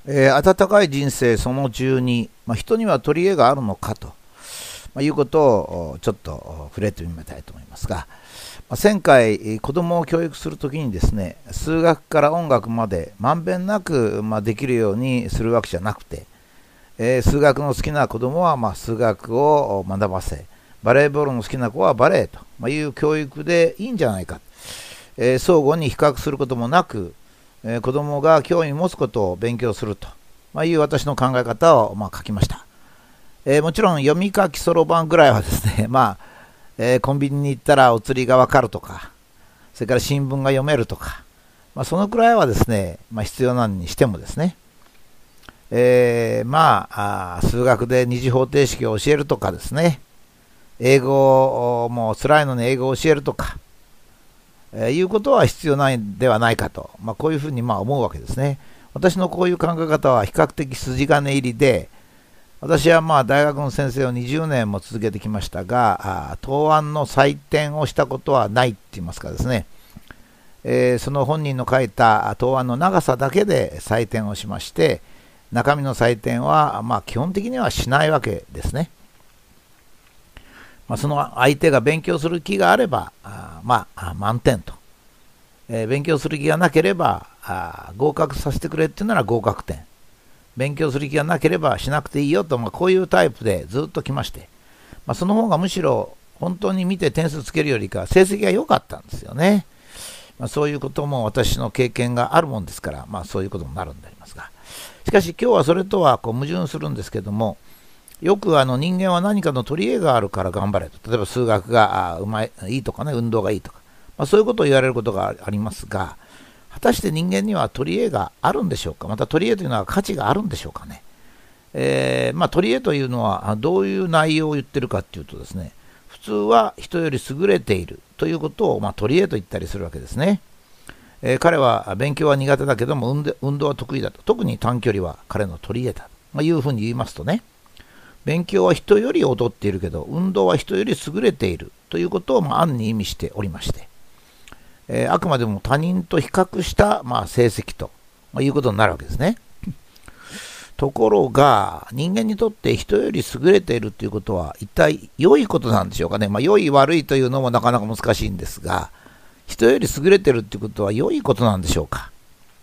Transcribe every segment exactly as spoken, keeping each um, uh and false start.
えー温かい人生そのじゅうに、まあ、人には取り柄があるのかと、まあ、いうことをちょっと触れてみたいと思いますが、まあ、前回子供を教育するときにですね、数学から音楽までまんべんなく、まあ、できるようにするわけじゃなくて、えー数学の好きな子供はまあ数学を学ばせ、バレーボールの好きな子はバレーとまあいう教育でいいんじゃないか、えー相互に比較することもなく、えー子供が興味を持つことを勉強すると、まあ、いう私の考え方をまあ書きました。えーもちろん読み書きそろばんぐらいはですね、まあえーコンビニに行ったらお釣りがわかるとか、それから新聞が読めるとか、まあ、そのくらいはですね、まあ、必要なのにしてもですね、えーまああー数学で二次方程式を教えるとかですね、英語をもう辛いのに英語を教えるとか、えーいうことは必要ないんではないかと、まあ、こういうふうにまあ思うわけですね。私のこういう考え方は比較的筋金入りで、私はまあ大学の先生をにじゅうねんも続けてきましたが、あ答案の採点をしたことはないって言いますかですね、えーその本人の書いた答案の長さだけで採点をしまして、中身の採点はまあ基本的にはしないわけですね。まあ、その相手が勉強する気があれば、あまあ満点と、えー勉強する気がなければあ合格させてくれっていうなら合格点、勉強する気がなければしなくていいよと、まあ、こういうタイプでずっと来まして、まあ、その方がむしろ本当に見て点数つけるよりか成績が良かったんですよね。まあ、そういうことも私の経験があるもんですから、まあ、そういうことになるんでありますが、しかし今日はそれとはこう矛盾するんですけども、よくあの人間は何かの取り柄があるから頑張れと、例えば数学があうまいいいとかね、運動がいいとか、まあ、そういうことを言われることがありますが、果たして人間には取り柄があるんでしょうか。また取り柄というのは価値があるんでしょうかね。えーまあ、取り柄というのはどういう内容を言ってるかというとですね、普通は人より優れているということを、まあ、取り柄と言ったりするわけですね。えー彼は勉強は苦手だけども運で運動は得意だと、特に短距離は彼の取り柄だと、まあ、いうふうに言いますとね、勉強は人より劣っているけど運動は人より優れているということを、まあ、暗に意味しておりまして、えーあくまでも他人と比較した、まあ、成績と、まあ、いうことになるわけですね。ところが人間にとって人より優れているということは一体良いことなんでしょうかね。まあ、良い悪いというのもなかなか難しいんですが、人より優れているということは良いことなんでしょうか。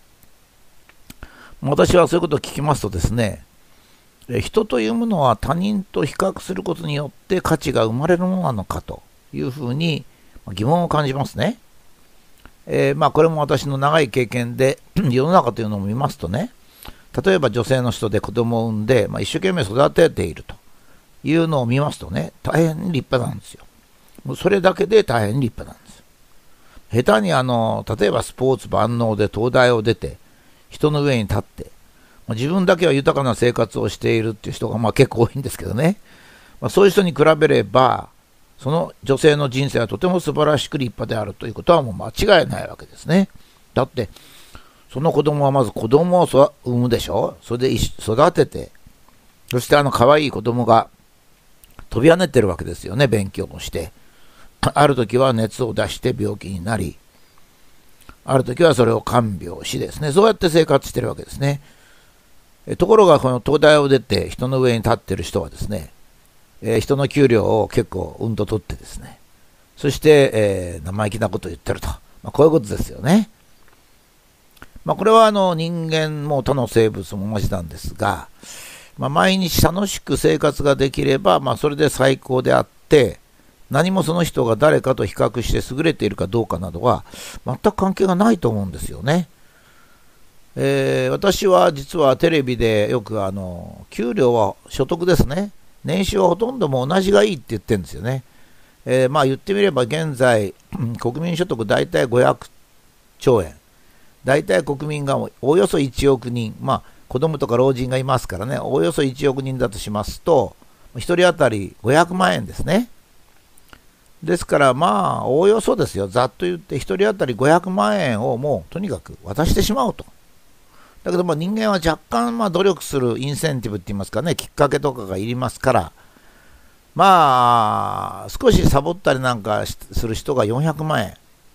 私はそういうことを聞きますとですね、え人というものは他人と比較することによって価値が生まれるものなのかというふうに疑問を感じますね。えーまあこれも私の長い経験で世の中というのを見ますとね、例えば女性の人で子供を産んで、まあ、一生懸命育てているというのを見ますとね、大変立派なんですよ。もうそれだけで大変立派なんです。下手にあの例えばスポーツ万能で東大を出て人の上に立って、まあ自分だけは豊かな生活をしているっていう人がまあ結構多いんですけどね、まあ、そういう人に比べればその女性の人生はとても素晴らしく立派であるということはもう間違いないわけですね。だってその子供はまず子供をそ産むでしょ。それで育てて、そしてあの可愛い子供が飛び跳ねてるわけですよね。勉強をして、ある時は熱を出して病気になり、ある時はそれを看病しですね、そうやって生活してるわけですね。えところがこの東大を出て人の上に立ってる人はですね、えー人の給料を結構うんと取ってですね、そして、えー生意気なことを言ってると、まあ、こういうことですよね。まあ、これはあの人間も他の生物も同じなんですが、まあ、毎日楽しく生活ができれば、まあ、それで最高であって、何もその人が誰かと比較して優れているかどうかなどは全く関係がないと思うんですよね。えー私は実はテレビでよくあの給料は所得ですね、年収はほとんども同じがいいって言ってるんですよね。えーまあ言ってみれば現在国民所得大体ごひゃくちょうえん、大体国民がおおよそいちおくにん、まあ子供とか老人がいますからね、おおよそいちおくにんだとしますとひとり当たりごひゃくまんえんですね。ですからまあおおよそですよ、ざっと言ってひとり当たりごひゃくまんえんをもうとにかく渡してしまうと。だけどまあ人間は若干まあ努力するインセンティブって言いますかね、きっかけとかがいりますから、まあ少しサボったりなんかする人がよんひゃくまんえん、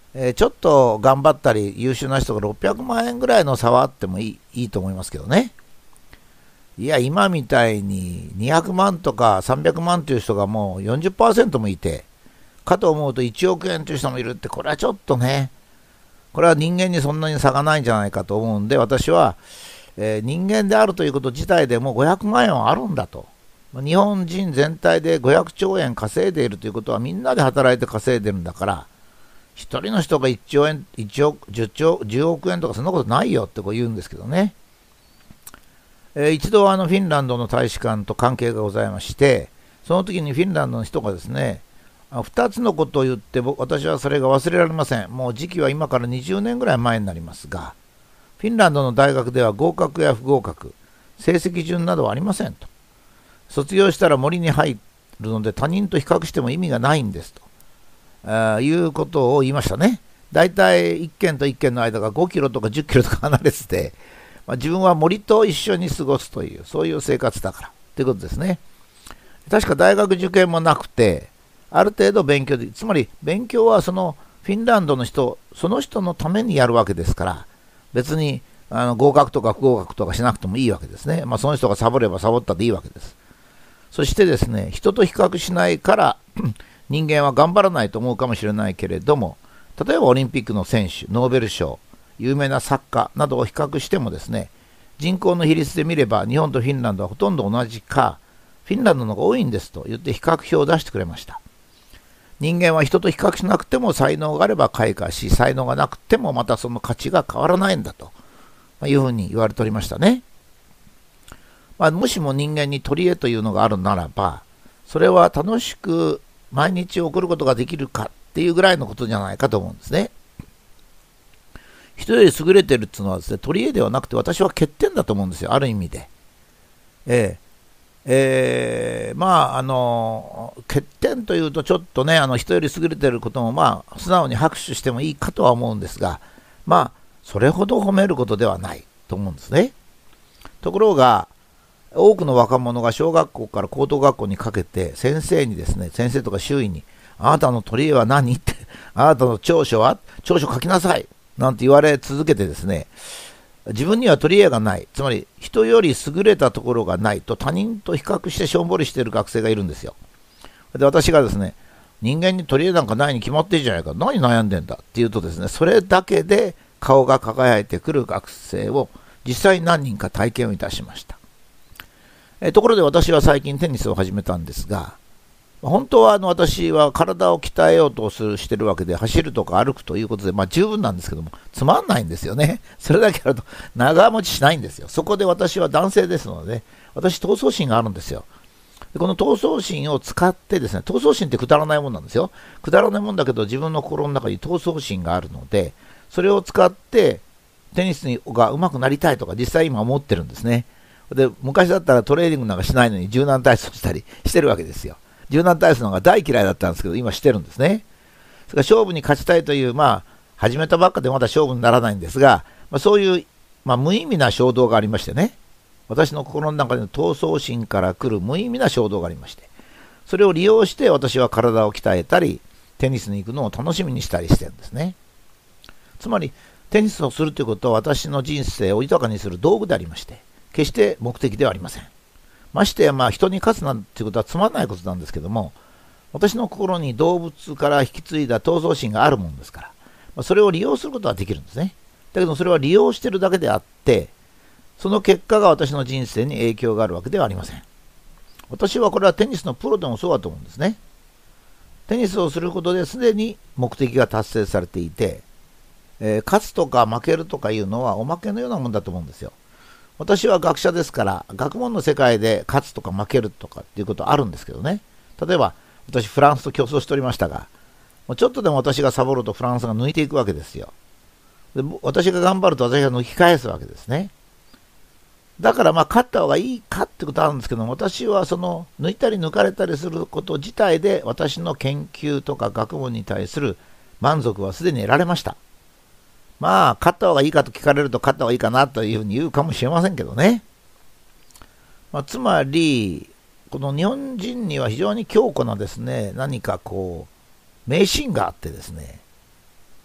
えーちょっと頑張ったり優秀な人がろっぴゃくまん円ぐらいの差はあってもいい、いいと思いますけどね。いや、今みたいににひゃくまんとかさんびゃくまんという人がもうよんじゅっパーセントもいて、かと思うといちおくえんという人もいるって、これはちょっとね、これは人間にそんなに差がないんじゃないかと思うんで、私は、えー人間であるということ自体でもごひゃくまん円はあるんだと。日本人全体でごひゃくちょうえん稼いでいるということは、みんなで働いて稼いでるんだから、一人の人がいっちょうえん、いちおく、じゅっちょう、じゅうおくえんとかそんなことないよってこう言うんですけどね。えー一度あのフィンランドの大使館と関係がございまして、その時にフィンランドの人がですね、あふたつのことを言って、僕私はそれが忘れられません。もう時期は今からにじゅうねんぐらい前になりますが、フィンランドの大学では合格や不合格、成績順などはありませんと。卒業したら森に入るので他人と比較しても意味がないんですと、あーいうことを言いましたね。だいたいいっけんといっけんの間がごキロとかじゅっキロとか離れてて、まあ、自分は森と一緒に過ごすという、そういう生活だからということですね。確か大学受験もなくて、ある程度勉強できる。つまり勉強はそのフィンランドの人、その人のためにやるわけですから、別にあの合格とか不合格とかしなくてもいいわけですね。まあ、その人がサボればサボったでいいわけです。そしてですね、人と比較しないから人間は頑張らないと思うかもしれないけれども、例えばオリンピックの選手、ノーベル賞、有名な作家などを比較してもですね、人口の比率で見れば日本とフィンランドはほとんど同じか、フィンランドの方が多いんですと言って比較表を出してくれました。人間は人と比較しなくても才能があれば開花し、才能がなくてもまたその価値が変わらないんだというふうに言われておりましたね。まあ、もしも人間に取り柄というのがあるならば、それは楽しく毎日送ることができるかっていうぐらいのことじゃないかと思うんですね。人より優れてるっていうのはですね、取り柄ではなくて私は欠点だと思うんですよ、ある意味で。えええー、まああの欠点というとちょっとね、あの人より優れていることもまあ素直に拍手してもいいかとは思うんですが、まあそれほど褒めることではないと思うんですね。ところが多くの若者が小学校から高等学校にかけて先生にですね、先生とか周囲に、あなたの取り柄は何って、あなたの長所は長所書きなさいなんて言われ続けてですね、自分には取り柄がない、つまり人より優れたところがないと他人と比較してしょんぼりしている学生がいるんですよ。で、私がですね、人間に取り柄なんかないに決まってるじゃないか、何悩んでんだって言うとですね、それだけで顔が輝いてくる学生を実際に何人か体験をいたしました。えところで私は最近テニスを始めたんですが、本当はあの私は体を鍛えようとするしてるわけで、走るとか歩くということで、まあ、十分なんですけども、つまんないんですよね。それだけあると長持ちしないんですよ。そこで私は男性ですので、私闘争心があるんですよ。でこの闘争心を使ってですね、闘争心ってくだらないもんなんですよ。くだらないもんだけど自分の心の中に闘争心があるので、それを使ってテニスが上手くなりたいとか実際今思ってるんですね。で昔だったらトレーニングなんかしないのに柔軟体操したりしてるわけですよ。柔軟体操の方が大嫌いだったんですけど今してるんですね。それから勝負に勝ちたいという、まあ始めたばっかでまだ勝負にならないんですが、まあ、そういう、まあ、無意味な衝動がありましてね、私の心の中での闘争心から来る無意味な衝動がありまして、それを利用して私は体を鍛えたりテニスに行くのを楽しみにしたりしてるんですね。つまりテニスをするということは私の人生を豊かにする道具でありまして、決して目的ではありません。ましてやまあ人に勝つなんていうことはつまらないことなんですけども、私の心に動物から引き継いだ闘争心があるものですから、まあ、それを利用することはできるんですね。だけどそれは利用しているだけであって、その結果が私の人生に影響があるわけではありません。私はこれはテニスのプロでもそうだと思うんですね。テニスをすることですでに目的が達成されていて、えー、勝つとか負けるとかいうのはおまけのようなもんだと思うんですよ。私は学者ですから、学問の世界で勝つとか負けるとかっていうことはあるんですけどね。例えば、私フランスと競争しておりましたが、もうちょっとでも私がサボるとフランスが抜いていくわけですよ。で私が頑張ると私が抜き返すわけですね。だからまあ勝った方がいいかってことはあるんですけども、私はその抜いたり抜かれたりすること自体で私の研究とか学問に対する満足はすでに得られました。まあ勝った方がいいかと聞かれると勝った方がいいかなというふうに言うかもしれませんけどね。まあ、つまりこの日本人には非常に強固なですね、何かこう迷信があってですね、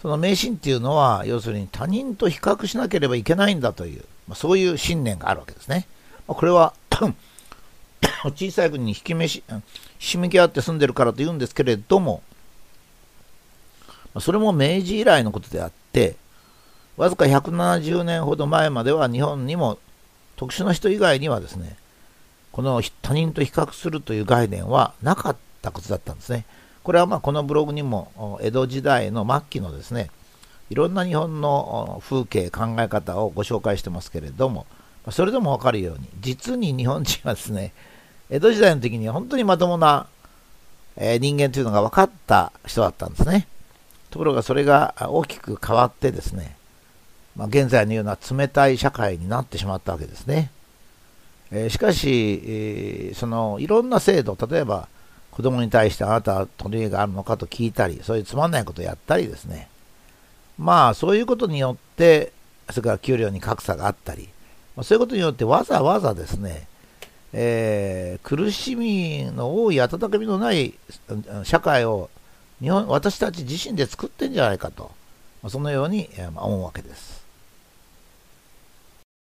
その迷信っていうのは、要するに他人と比較しなければいけないんだという、まあ、そういう信念があるわけですね。まあ、これは小さい国に引きめしひしめき合って住んでるからと言うんですけれども、それも明治以来のことであって、わずかひゃくななじゅうねんほど前までは日本にも特殊な人以外にはですね、この他人と比較するという概念はなかったことだったんですね。これはまあこのブログにも江戸時代の末期のですね、いろんな日本の風景、考え方をご紹介してますけれども、それでもわかるように、実に日本人はですね、江戸時代の時に本当にまともな人間というのが分かった人だったんですね。ところがそれが大きく変わってですね、まあ、現在のような冷たい社会になってしまったわけですね。えー、しかし、えー、そのいろんな制度、例えば子供に対してあなたは取り柄があるのかと聞いたり、そういうつまんないことをやったりですね、まあそういうことによって、それから給料に格差があったり、まあ、そういうことによってわざわざですね、えー、苦しみの多い温かみのない社会を日本私たち自身で作ってんじゃないかと、そのように思うわけです。